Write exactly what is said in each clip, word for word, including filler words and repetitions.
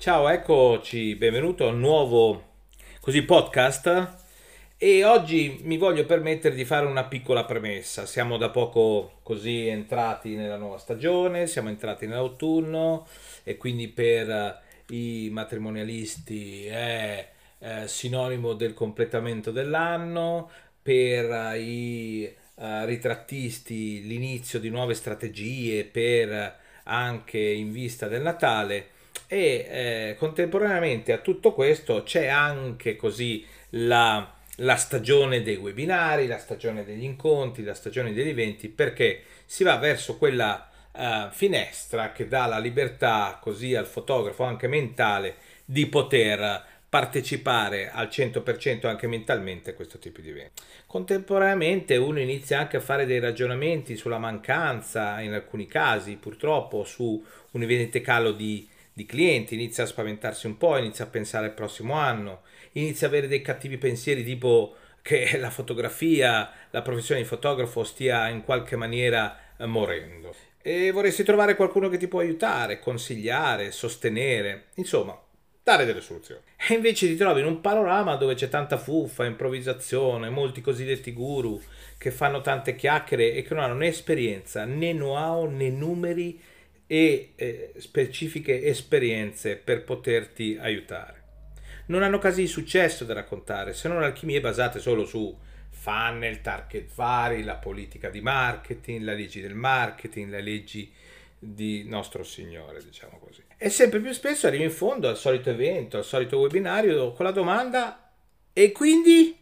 Ciao, eccoci, benvenuto a un nuovo così podcast e oggi mi voglio permettere di fare una piccola premessa. Siamo da poco così entrati nella nuova stagione, siamo entrati nell'autunno e quindi per eh, i matrimonialisti è eh, sinonimo del completamento dell'anno, per eh, i eh, ritrattisti l'inizio di nuove strategie per eh, anche in vista del Natale e eh, contemporaneamente a tutto questo c'è anche così la, la stagione dei webinari, la stagione degli incontri, la stagione degli eventi, perché si va verso quella eh, finestra che dà la libertà così al fotografo anche mentale di poter partecipare al cento per cento anche mentalmente a questo tipo di eventi. Contemporaneamente uno inizia anche a fare dei ragionamenti sulla mancanza, in alcuni casi purtroppo, su un evidente calo di di clienti, inizia a spaventarsi un po', inizia a pensare al prossimo anno, inizia a avere dei cattivi pensieri tipo che la fotografia, la professione di fotografo stia in qualche maniera eh, morendo. E vorresti trovare qualcuno che ti può aiutare, consigliare, sostenere, insomma, dare delle soluzioni. E invece ti trovi in un panorama dove c'è tanta fuffa, improvvisazione, molti cosiddetti guru che fanno tante chiacchiere e che non hanno né esperienza, né know-how, né numeri e eh, specifiche esperienze per poterti aiutare. Non hanno casi di successo da raccontare, se non alchimie basate solo su funnel, target vari, la politica di marketing, le leggi del marketing, le leggi di nostro Signore, diciamo così. E sempre più spesso arrivi in fondo al solito evento, al solito webinario con la domanda: e quindi?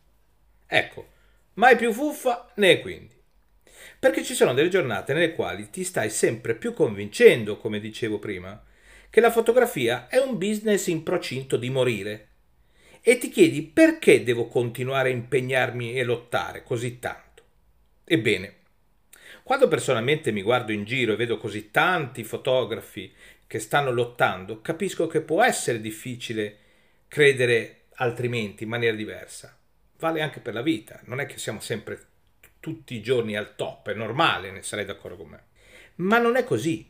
Ecco, mai più fuffa né quindi. Perché ci sono delle giornate nelle quali ti stai sempre più convincendo, come dicevo prima, che la fotografia è un business in procinto di morire e ti chiedi perché devo continuare a impegnarmi e lottare così tanto. Ebbene, quando personalmente mi guardo in giro e vedo così tanti fotografi che stanno lottando, capisco che può essere difficile credere altrimenti, in maniera diversa. Vale anche per la vita, non è che siamo sempre tutti i giorni al top, è normale, ne sarei d'accordo con me. Ma non è così,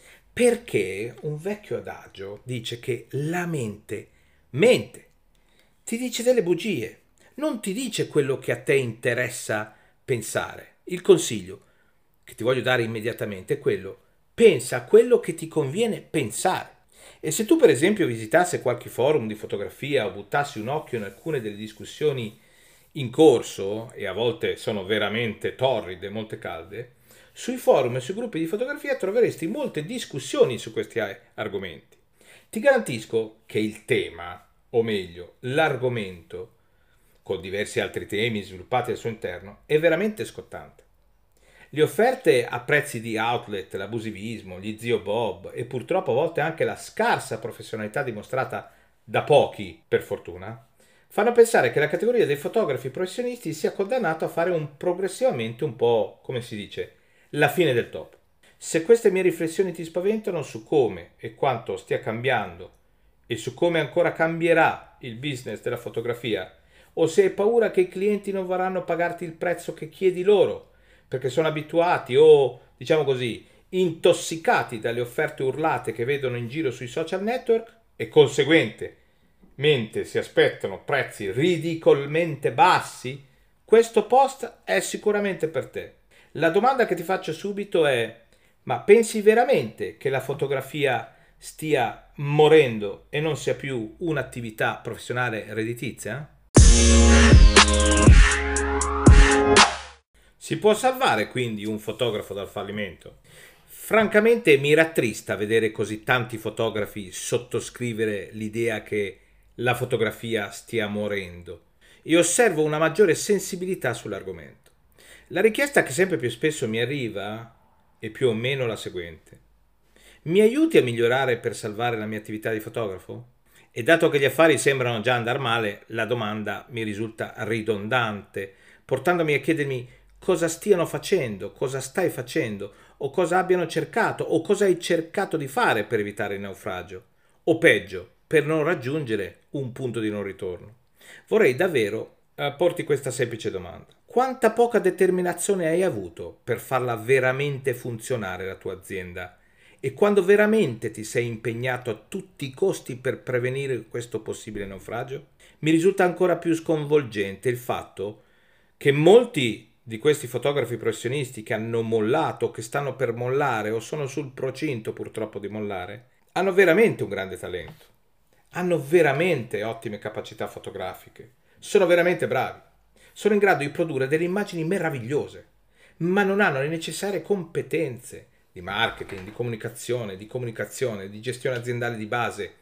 perché un vecchio adagio dice che la mente mente, ti dice delle bugie, non ti dice quello che a te interessa pensare. Il consiglio che ti voglio dare immediatamente è quello: pensa a quello che ti conviene pensare. E se tu per esempio visitassi qualche forum di fotografia o buttassi un occhio in alcune delle discussioni in corso, e a volte sono veramente torride, molte calde, sui forum e sui gruppi di fotografia troveresti molte discussioni su questi argomenti. Ti garantisco che il tema, o meglio, l'argomento, con diversi altri temi sviluppati al suo interno, è veramente scottante. Le offerte a prezzi di outlet, l'abusivismo, gli zio Bob e purtroppo a volte anche la scarsa professionalità dimostrata da pochi, per fortuna, fanno pensare che la categoria dei fotografi professionisti sia condannata a fare un progressivamente un po', come si dice, la fine del top. Se queste mie riflessioni ti spaventano su come e quanto stia cambiando e su come ancora cambierà il business della fotografia, o se hai paura che i clienti non vorranno pagarti il prezzo che chiedi loro, perché sono abituati o, diciamo così, intossicati dalle offerte urlate che vedono in giro sui social network e conseguente mentre si aspettano prezzi ridicolmente bassi, questo post è sicuramente per te. La domanda che ti faccio subito è: ma pensi veramente che la fotografia stia morendo e non sia più un'attività professionale redditizia? Si può salvare quindi un fotografo dal fallimento? Francamente mi rattrista vedere così tanti fotografi sottoscrivere l'idea che la fotografia stia morendo e osservo una maggiore sensibilità sull'argomento. La richiesta che sempre più spesso mi arriva è più o meno la seguente: mi aiuti a migliorare per salvare la mia attività di fotografo? E dato che gli affari sembrano già andare male, la domanda mi risulta ridondante, portandomi a chiedermi cosa stiano facendo, cosa stai facendo, o cosa abbiano cercato, o cosa hai cercato di fare per evitare il naufragio, o peggio, per non raggiungere un punto di non ritorno. Vorrei davvero eh, porti questa semplice domanda: quanta poca determinazione hai avuto per farla veramente funzionare la tua azienda e quando veramente ti sei impegnato a tutti i costi per prevenire questo possibile naufragio? Mi risulta ancora più sconvolgente il fatto che molti di questi fotografi professionisti che hanno mollato, che stanno per mollare o sono sul procinto purtroppo di mollare, hanno veramente un grande talento, hanno veramente ottime capacità fotografiche, sono veramente bravi, sono in grado di produrre delle immagini meravigliose, ma non hanno le necessarie competenze di marketing, di comunicazione, di comunicazione, di gestione aziendale di base,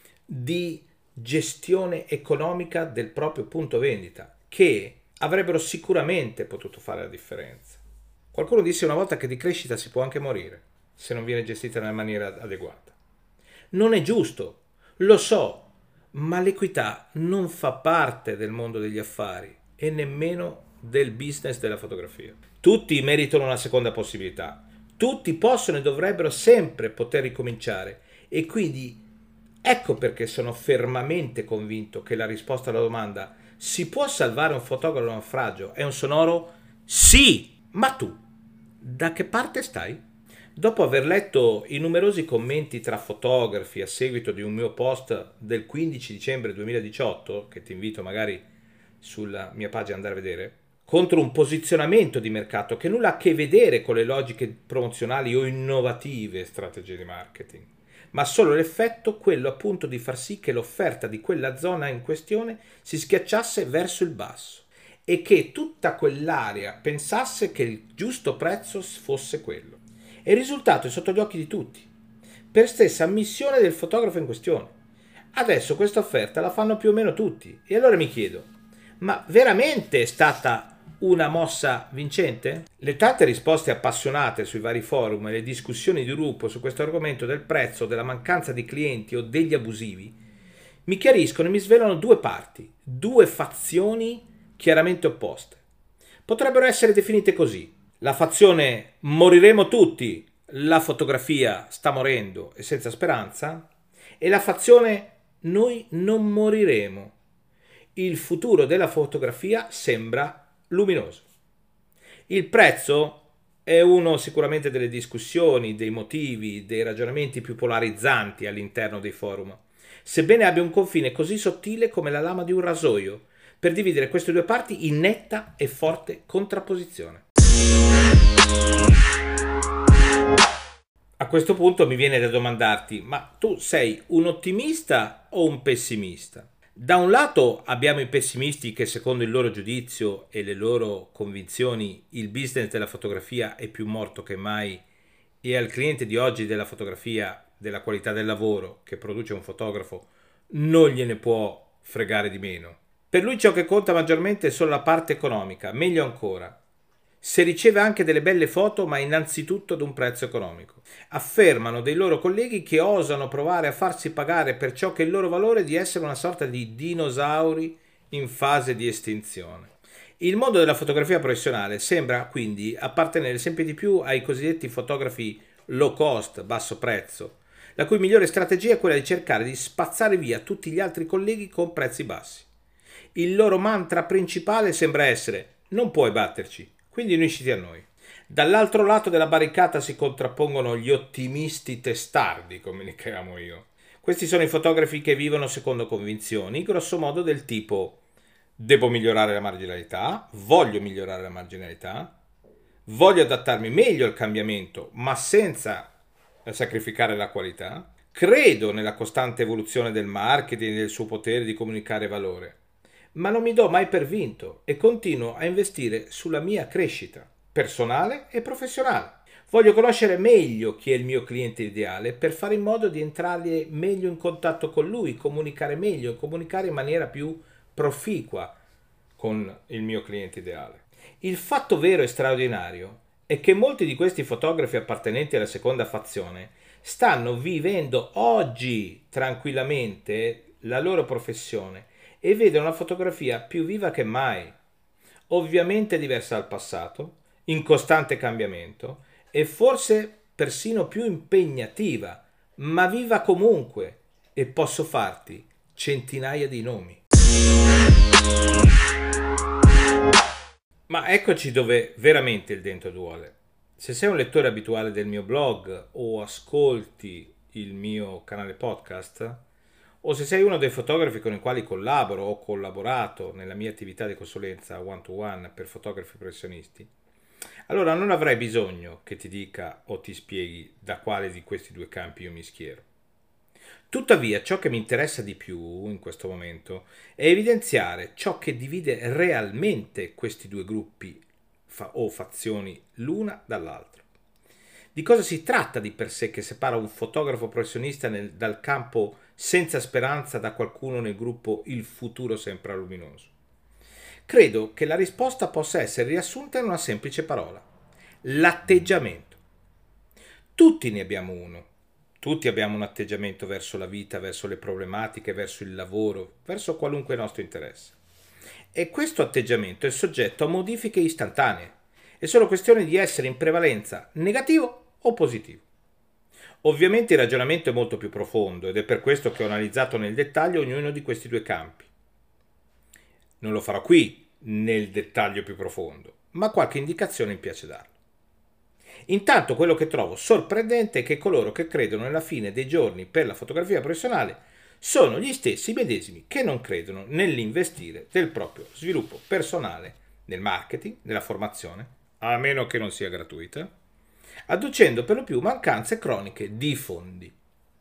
di gestione economica del proprio punto vendita, che avrebbero sicuramente potuto fare la differenza. Qualcuno disse una volta che di crescita si può anche morire se non viene gestita nella maniera adeguata. Non è giusto, lo so, ma l'equità non fa parte del mondo degli affari e nemmeno del business della fotografia. Tutti meritano una seconda possibilità, tutti possono e dovrebbero sempre poter ricominciare e quindi ecco perché sono fermamente convinto che la risposta alla domanda si può salvare un fotografo da un naufragio è un sonoro sì, ma tu da che parte stai? Dopo aver letto i numerosi commenti tra fotografi a seguito di un mio post del quindici dicembre duemiladiciotto, che ti invito magari sulla mia pagina ad andare a vedere, contro un posizionamento di mercato che nulla ha a che vedere con le logiche promozionali o innovative strategie di marketing, ma solo l'effetto quello appunto di far sì che l'offerta di quella zona in questione si schiacciasse verso il basso e che tutta quell'area pensasse che il giusto prezzo fosse quello. E il risultato è sotto gli occhi di tutti, per stessa ammissione del fotografo in questione. Adesso questa offerta la fanno più o meno tutti e allora mi chiedo, ma veramente è stata una mossa vincente? Le tante risposte appassionate sui vari forum e le discussioni di gruppo su questo argomento del prezzo, della mancanza di clienti o degli abusivi mi chiariscono e mi svelano due parti, due fazioni chiaramente opposte. Potrebbero essere definite così: la fazione moriremo tutti, la fotografia sta morendo e senza speranza, e la fazione noi non moriremo, il futuro della fotografia sembra luminoso. Il prezzo è uno sicuramente delle discussioni, dei motivi, dei ragionamenti più polarizzanti all'interno dei forum, sebbene abbia un confine così sottile come la lama di un rasoio, per dividere queste due parti in netta e forte contrapposizione. A questo punto mi viene da domandarti, ma tu sei un ottimista o un pessimista? Da un lato abbiamo i pessimisti che secondo il loro giudizio e le loro convinzioni il business della fotografia è più morto che mai e al cliente di oggi della fotografia, della qualità del lavoro che produce un fotografo, non gliene può fregare di meno. Per lui ciò che conta maggiormente è solo la parte economica, meglio ancora, se riceve anche delle belle foto ma innanzitutto ad un prezzo economico. Affermano dei loro colleghi che osano provare a farsi pagare per ciò che è il loro valore di essere una sorta di dinosauri in fase di estinzione. Il mondo della fotografia professionale sembra quindi appartenere sempre di più ai cosiddetti fotografi low cost, basso prezzo, la cui migliore strategia è quella di cercare di spazzare via tutti gli altri colleghi con prezzi bassi. Il loro mantra principale sembra essere: non puoi batterci, quindi unisciti a noi. Dall'altro lato della barricata si contrappongono gli ottimisti testardi, come li chiamo io. Questi sono i fotografi che vivono secondo convinzioni, grosso modo del tipo: devo migliorare la marginalità, voglio migliorare la marginalità, voglio adattarmi meglio al cambiamento, ma senza sacrificare la qualità, credo nella costante evoluzione del marketing e del suo potere di comunicare valore, ma non mi do mai per vinto e continuo a investire sulla mia crescita personale e professionale. Voglio conoscere meglio chi è il mio cliente ideale per fare in modo di entrare meglio in contatto con lui, comunicare meglio, comunicare in maniera più proficua con il mio cliente ideale. Il fatto vero e straordinario è che molti di questi fotografi appartenenti alla seconda fazione stanno vivendo oggi tranquillamente la loro professione e vedono la fotografia più viva che mai, ovviamente diversa dal passato, in costante cambiamento e forse persino più impegnativa, ma viva comunque, e posso farti centinaia di nomi. Ma eccoci dove veramente il dento duole. Se sei un lettore abituale del mio blog o ascolti il mio canale podcast, o se sei uno dei fotografi con i quali collaboro o ho collaborato nella mia attività di consulenza one to one per fotografi professionisti, allora non avrai bisogno che ti dica o ti spieghi da quale di questi due campi io mi schiero. Tuttavia, ciò che mi interessa di più in questo momento è evidenziare ciò che divide realmente questi due gruppi fa- o fazioni l'una dall'altra. Di cosa si tratta di per sé che separa un fotografo professionista nel- dal campo senza speranza da qualcuno nel gruppo il futuro sempre luminoso? Credo che la risposta possa essere riassunta in una semplice parola: l'atteggiamento. Tutti ne abbiamo uno. Tutti abbiamo un atteggiamento verso la vita, verso le problematiche, verso il lavoro, verso qualunque nostro interesse. E questo atteggiamento è soggetto a modifiche istantanee. È solo questione di essere in prevalenza negativo o positivo. Ovviamente il ragionamento è molto più profondo ed è per questo che ho analizzato nel dettaglio ognuno di questi due campi. Non lo farò qui nel dettaglio più profondo, ma qualche indicazione mi piace darlo. Intanto quello che trovo sorprendente è che coloro che credono nella fine dei giorni per la fotografia professionale sono gli stessi medesimi che non credono nell'investire del proprio sviluppo personale nel marketing, nella formazione, a meno che non sia gratuita, adducendo per lo più mancanze croniche di fondi.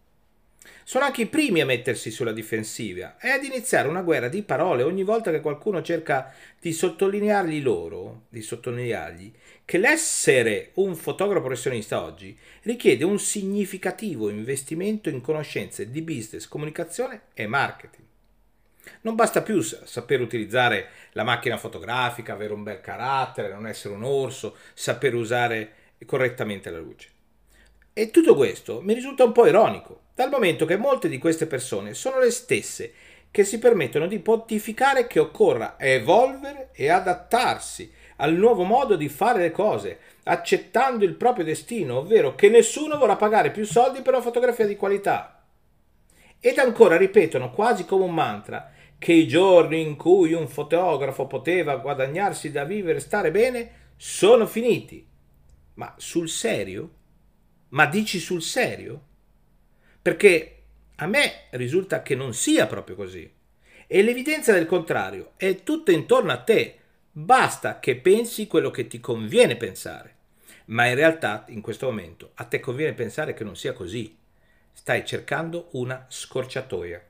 Sono anche i primi a mettersi sulla difensiva e ad iniziare una guerra di parole ogni volta che qualcuno cerca di sottolineargli loro, di sottolineargli che l'essere un fotografo professionista oggi richiede un significativo investimento in conoscenze di business, comunicazione e marketing. Non basta più saper utilizzare la macchina fotografica, avere un bel carattere, non essere un orso, saper usare correttamente la luce. E tutto questo mi risulta un po' ironico, dal momento che molte di queste persone sono le stesse che si permettono di pontificare che occorra evolvere e adattarsi al nuovo modo di fare le cose, accettando il proprio destino, ovvero che nessuno vorrà pagare più soldi per una fotografia di qualità. Ed ancora ripetono quasi come un mantra che i giorni in cui un fotografo poteva guadagnarsi da vivere e stare bene sono finiti. Ma sul serio? Ma dici sul serio? Perché a me risulta che non sia proprio così. E l'evidenza del contrario è tutta intorno a te. Basta che pensi quello che ti conviene pensare. Ma in realtà, in questo momento, a te conviene pensare che non sia così. Stai cercando una scorciatoia.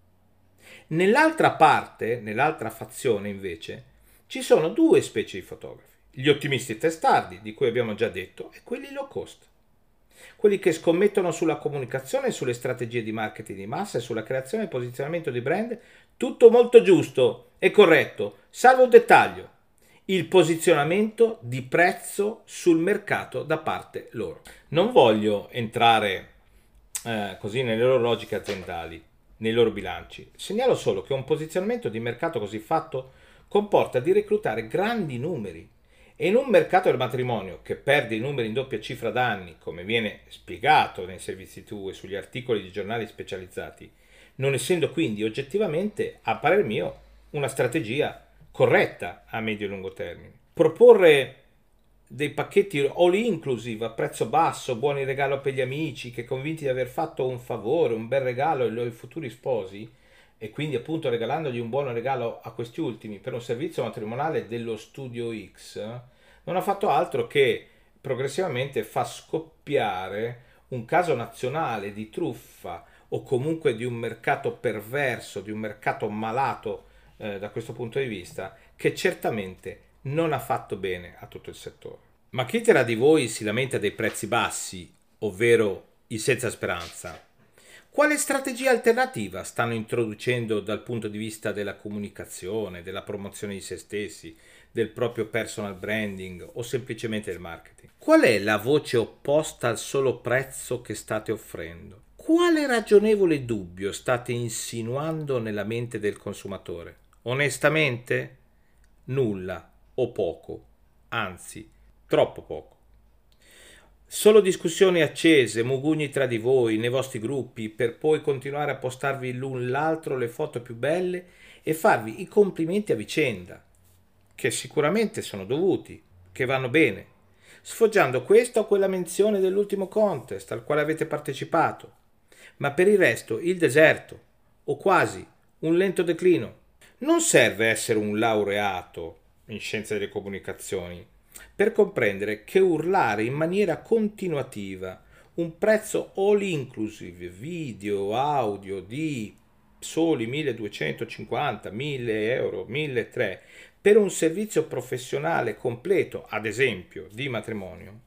Nell'altra parte, nell'altra fazione invece, ci sono due specie di fotografi. Gli ottimisti testardi, di cui abbiamo già detto, e quelli low cost. Quelli che scommettono sulla comunicazione, sulle strategie di marketing di massa e sulla creazione e posizionamento di brand, tutto molto giusto e corretto, salvo un dettaglio: il posizionamento di prezzo sul mercato da parte loro. Non voglio entrare eh, così nelle loro logiche aziendali, nei loro bilanci. Segnalo solo che un posizionamento di mercato così fatto comporta di reclutare grandi numeri. E in un mercato del matrimonio che perde i numeri in doppia cifra da anni, come viene spiegato nei servizi tivù e sugli articoli di giornali specializzati, non essendo quindi oggettivamente, a parer mio, una strategia corretta a medio e lungo termine. Proporre dei pacchetti all inclusive a prezzo basso, buoni regalo per gli amici, che convinti di aver fatto un favore, un bel regalo ai loro futuri sposi, e quindi appunto regalandogli un buon regalo a questi ultimi per un servizio matrimoniale dello Studio X, non ha fatto altro che progressivamente fa scoppiare un caso nazionale di truffa o comunque di un mercato perverso, di un mercato malato eh, da questo punto di vista, che certamente non ha fatto bene a tutto il settore. Ma chi tra di voi si lamenta dei prezzi bassi, ovvero i senza speranza? Quale strategia alternativa stanno introducendo dal punto di vista della comunicazione, della promozione di se stessi, del proprio personal branding o semplicemente del marketing? Qual è la voce opposta al solo prezzo che state offrendo? Quale ragionevole dubbio state insinuando nella mente del consumatore? Onestamente? Nulla o poco, anzi, troppo poco. Solo discussioni accese, mugugni tra di voi, nei vostri gruppi, per poi continuare a postarvi l'un l'altro le foto più belle e farvi i complimenti a vicenda, che sicuramente sono dovuti, che vanno bene, sfoggiando questa o quella menzione dell'ultimo contest al quale avete partecipato, ma per il resto il deserto, o quasi, un lento declino. Non serve essere un laureato in scienze delle comunicazioni per comprendere che urlare in maniera continuativa un prezzo all inclusive, video, audio di soli milleduecentocinquanta, mille euro, milletrecento per un servizio professionale completo, ad esempio di matrimonio,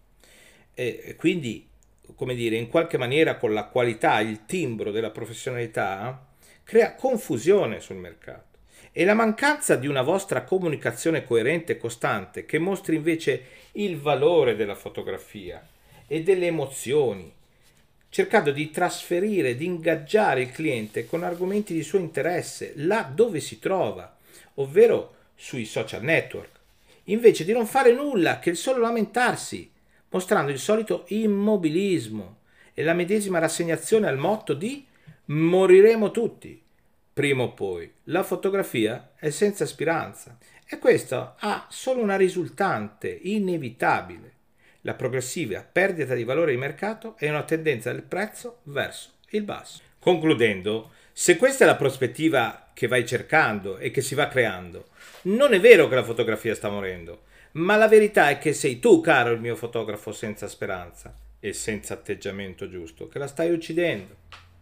e quindi, come dire, in qualche maniera con la qualità, il timbro della professionalità, crea confusione sul mercato. E la mancanza di una vostra comunicazione coerente e costante che mostri invece il valore della fotografia e delle emozioni, cercando di trasferire, di ingaggiare il cliente con argomenti di suo interesse là dove si trova, ovvero sui social network, invece di non fare nulla che il solo lamentarsi, mostrando il solito immobilismo e la medesima rassegnazione al motto di moriremo tutti, prima o poi. La fotografia è senza speranza e questo ha solo una risultante inevitabile: la progressiva perdita di valore di mercato e una tendenza del prezzo verso il basso. Concludendo, se questa è la prospettiva che vai cercando e che si va creando, non è vero che la fotografia sta morendo, ma la verità è che sei tu, caro il mio fotografo senza speranza e senza atteggiamento giusto, che la stai uccidendo.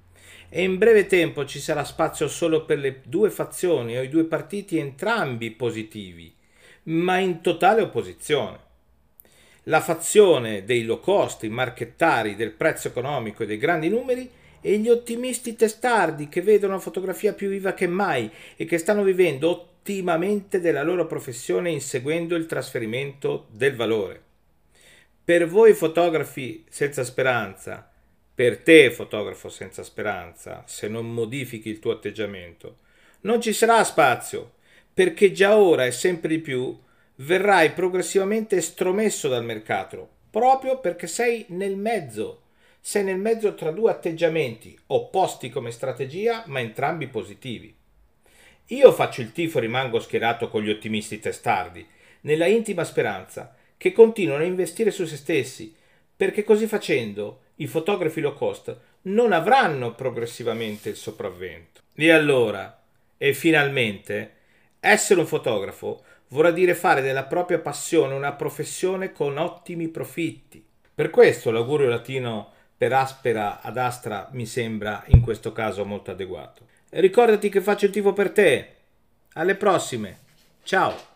E in breve tempo ci sarà spazio solo per le due fazioni o i due partiti, entrambi positivi, ma in totale opposizione. La fazione dei low cost, i marchettari del prezzo economico e dei grandi numeri, e gli ottimisti testardi che vedono la fotografia più viva che mai e che stanno vivendo ottimamente della loro professione inseguendo il trasferimento del valore. Per voi fotografi senza speranza, per te fotografo senza speranza, se non modifichi il tuo atteggiamento, non ci sarà spazio, perché già ora e sempre di più verrai progressivamente estromesso dal mercato, proprio perché sei nel mezzo. Sei nel mezzo tra due atteggiamenti, opposti come strategia, ma entrambi positivi. Io faccio il tifo e rimango schierato con gli ottimisti testardi, nella intima speranza che continuino a investire su se stessi, perché così facendo i fotografi low cost non avranno progressivamente il sopravvento. E allora, e finalmente, essere un fotografo vorrà dire fare della propria passione una professione con ottimi profitti. Per questo l'augurio latino per aspera ad astra mi sembra in questo caso molto adeguato. E ricordati che faccio il tifo per te. Alle prossime. Ciao.